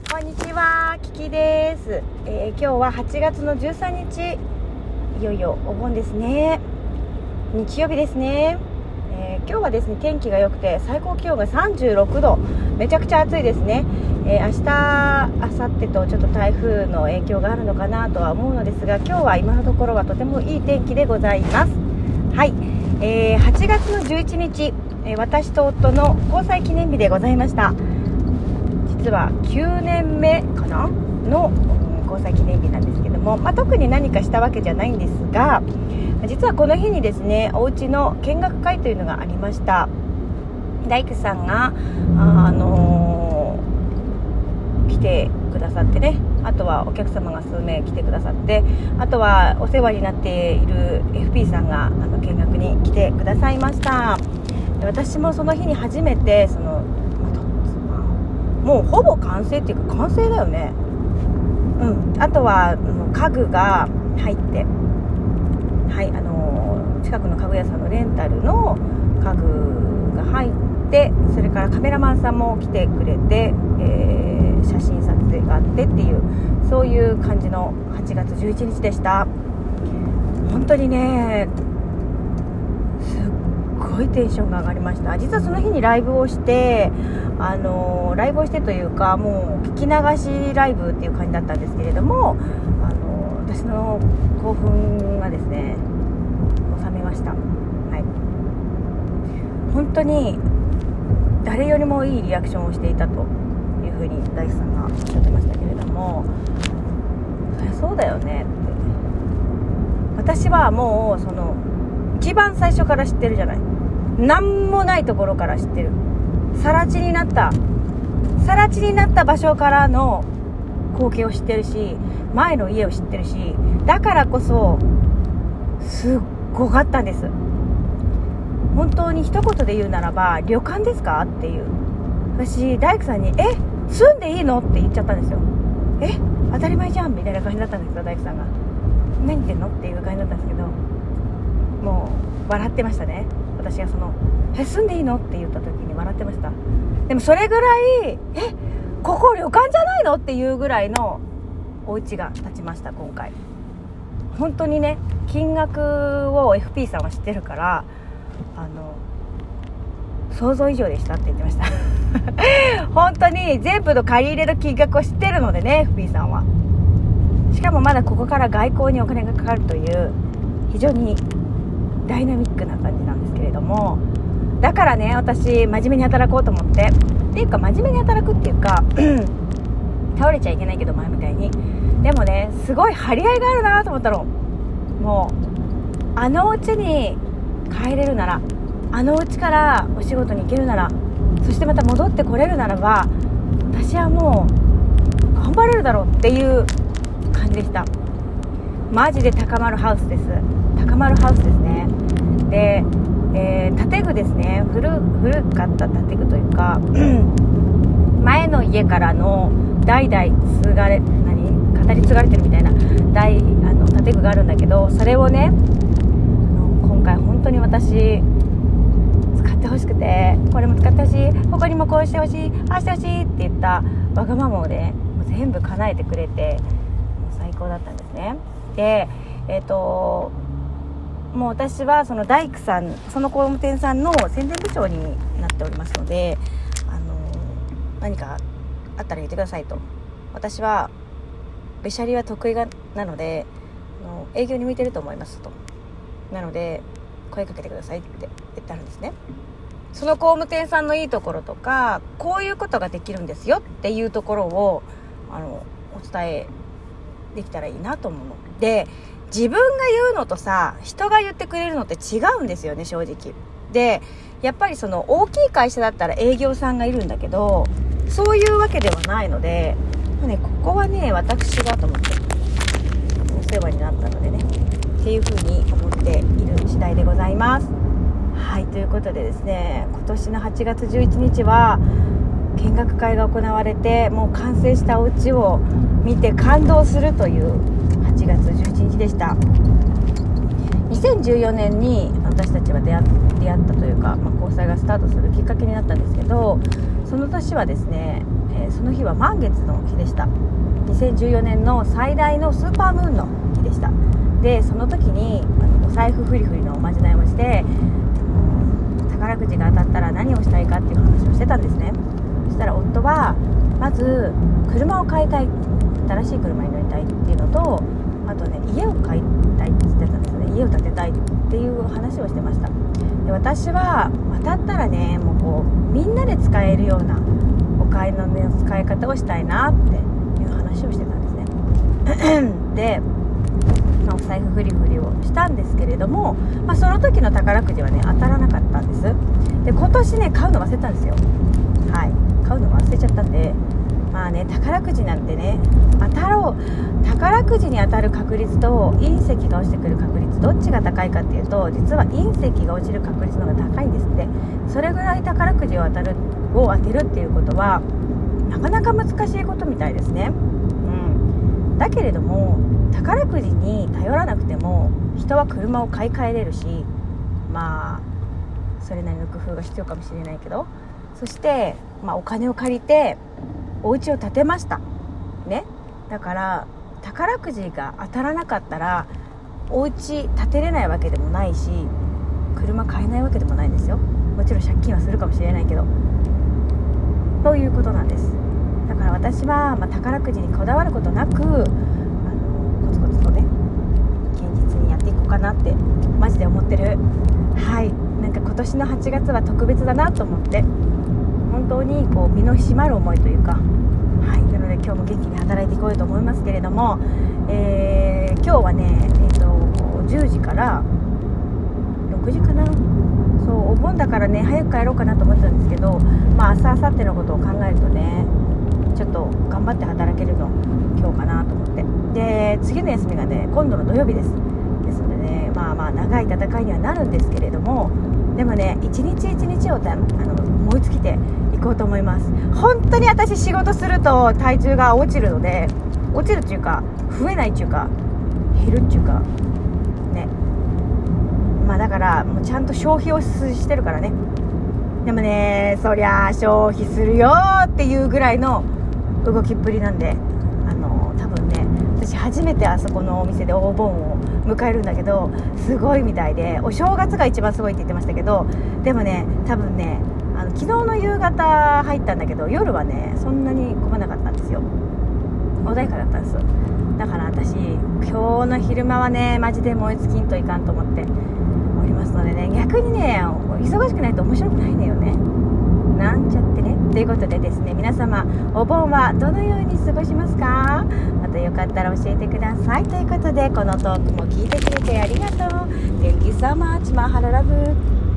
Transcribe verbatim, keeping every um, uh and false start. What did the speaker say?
こんにちは、キキです、えー、今日ははちがつのじゅうさんにち、いよいよお盆ですね。日曜日ですね、えー、今日はですね天気が良くて最高気温がさんじゅうろくど、めちゃくちゃ暑いですね。えー、明日明後日とちょっと台風の影響があるのかなとは思うのですが、今日は今のところはとてもいい天気でございます。はい、えー、はちがつのじゅういちにち、えー、私と夫の交際記念日でございました。実はきゅうねんめかなの、うん、交際記念日なんですけども、まあ、特に何かしたわけじゃないんですが、実はこの日にですねお家の見学会というのがありました。大工さんがあのー、来てくださってね、あとはお客様が数名来てくださって、あとはお世話になっている エフピー さんがあの見学に来てくださいました。で、私もその日に初めてそのもうほぼ完成っていうか完成だよね。うん。あとは家具が入って、はい、あのー、近くの家具屋さんのレンタルの家具が入って、それからカメラマンさんも来てくれて、えー、写真撮影があってっていう、そういう感じのはちがつじゅういちにちでした。本当にね、すっごいテンションが上がりました。実はその日にライブをして、あのライブをしてというか、もう聞き流しライブっていう感じだったんですけれども、あの私の興奮がですね収めました。はい、本当に誰よりもいいリアクションをしていたというふうに大工さんがおっしゃってましたけれども、そりゃそうだよねって。私はもうその一番最初から知ってるじゃない。なんもないところから知ってる。更地になった更地になった場所からの光景を知ってるし、前の家を知ってるし、だからこそすっごかったんです。本当に一言で言うならば、旅館ですかっていう。私大工さんにえ住んでいいのって言っちゃったんですよ。え当たり前じゃんみたいな感じだったんですけど、大工さんが何言ってんのっていう感じだったんですけど、もう笑ってましたね。私がそのえ住んでいいのって言った時に笑ってました。でもそれぐらいえここ旅館じゃないのっていうぐらいのお家が建ちました。今回本当にね、金額を エフピー さんは知ってるから、あの想像以上でしたって言ってました本当に全部の借り入れの金額を知ってるのでね、 エフピー さんは。しかもまだここから外交にお金がかかるという非常にダイナミックな感じなんですけれども、だからね、私真面目に働こうと思って、っていうか真面目に働くっていうか倒れちゃいけないけど前みたいに、でもねすごい張り合いがあるなと思ったの。もうあのうちに帰れるなら、あのうちからお仕事に行けるなら、そしてまた戻ってこれるならば、私はもう頑張れるだろうっていう感じでした。マジで高まるハウスです。高まるハウスですね。で、えー、建具ですね。古古かった建具というか前の家からの代々継がれ何語り継がれてるみたいな大あの建具があるんだけど、それをねあの今回本当に私使ってほしくて、これも使ってほしい、ここにもこうしてほしい、ああしてほしいって言ったわがままをねもう全部叶えてくれて、もう最高だったんですね。で、えっともう私はその大工さん、その工務店さんの宣伝部長になっておりますので、あの何かあったら言ってくださいと。私はべしゃりは得意がなので、あの営業に向いてると思いますと。なので声かけてくださいって言ってあるんですね。その工務店さんのいいところとか、こういうことができるんですよっていうところをあのお伝えできたらいいなと思うので、自分が言うのとさ人が言ってくれるのって違うんですよね、正直。でやっぱりその大きい会社だったら営業さんがいるんだけど、そういうわけではないので、ね、ここはね私がと思ってお世話になったのでねっていうふうに思っている次第でございます。はい、ということでですね、今年のはちがつじゅういちにちは見学会が行われて、もう完成したお家を見て感動するというはちがつじゅういちにちでした。にせんじゅうよねんに私たちは出会出会ったというか、まあ、交際がスタートするきっかけになったんですけど、その年はですね、えー、 その日は満月の日でした。にせんじゅうよねんの最大のスーパームーンの日でした。でその時にあのお財布フリフリのおまじないをして、宝くじが当たったら何をしたいかっていう話をしてたんですね。そしたら夫はまず車を買いたい、新しい車に乗りたいっていうのと、あとね家を買いたいって言ってたんですよね。家を建てたいっていう話をしてました。で私は当たったらね、もうこうみんなで使えるようなお金の使い方をしたいなっていう話をしてたんですね。でまあ、お財布フリフリをしたんですけれども、まあ、その時の宝くじはね当たらなかったんです。で今年ね買うの忘れたんですよ。はい買うの忘れちゃったんで、まあね宝くじなんてね、当たろう宝くじに当たる確率と隕石が落ちてくる確率どっちが高いかっていうと、実は隕石が落ちる確率の方が高いんですって。それぐらい宝くじを当たるを当てるっていうことはなかなか難しいことみたいですね。うんだけれども宝くじに頼らなくても人は車を買い替えれるし、まあそれなりの工夫が必要かもしれないけど、そして、まあ、お金を借りてお家を建てましたね。だから宝くじが当たらなかったらお家建てれないわけでもないし、車買えないわけでもないんですよ。もちろん借金はするかもしれないけど、ということなんです。だから私は、まあ、宝くじにこだわることなく、あのコツコツとね現実にやっていこうかなってマジで思ってる。はい、なんか今年のはちがつは特別だなと思って、本当にこう身の締まる思いというか、はい、なので今日も元気に働いていこうと思いますけれども、えー、今日はね、えーと、じゅうじからろくじかな、そうお盆だからね早く帰ろうかなと思ってたんですけど、まあ明日明後日のことを考えるとねちょっと頑張って働けるの今日かなと思って、で次の休みがね今度の土曜日です。ですのでね、まあまあ長い戦いにはなるんですけれども、でもね一日一日をたあの思いつきていこうと思います。本当に私仕事すると体重が落ちるので、落ちるっていうか増えないっていうか減るっていうかね、まあだからもうちゃんと消費をしてるからね。でもねそりゃ消費するよっていうぐらいの動きっぷりなんで、あの多分ね私初めてあそこのお店でお盆を迎えるんだけどすごいみたいで、お正月が一番すごいって言ってましたけど、でもね多分ねあの昨日の夕方入ったんだけど夜はねそんなに混まなかったんですよ。穏やかだったんです。だから私今日の昼間はねマジで燃え尽きんといかんと思っておりますのでね、逆にね忙しくないと面白くないのよね、なんちゃってね。ということでですね、皆様お盆はどのように過ごしますか？またよかったら教えてください。ということでこのトークも聞いてくれてありがとう。 Thank you so much. マハロラブ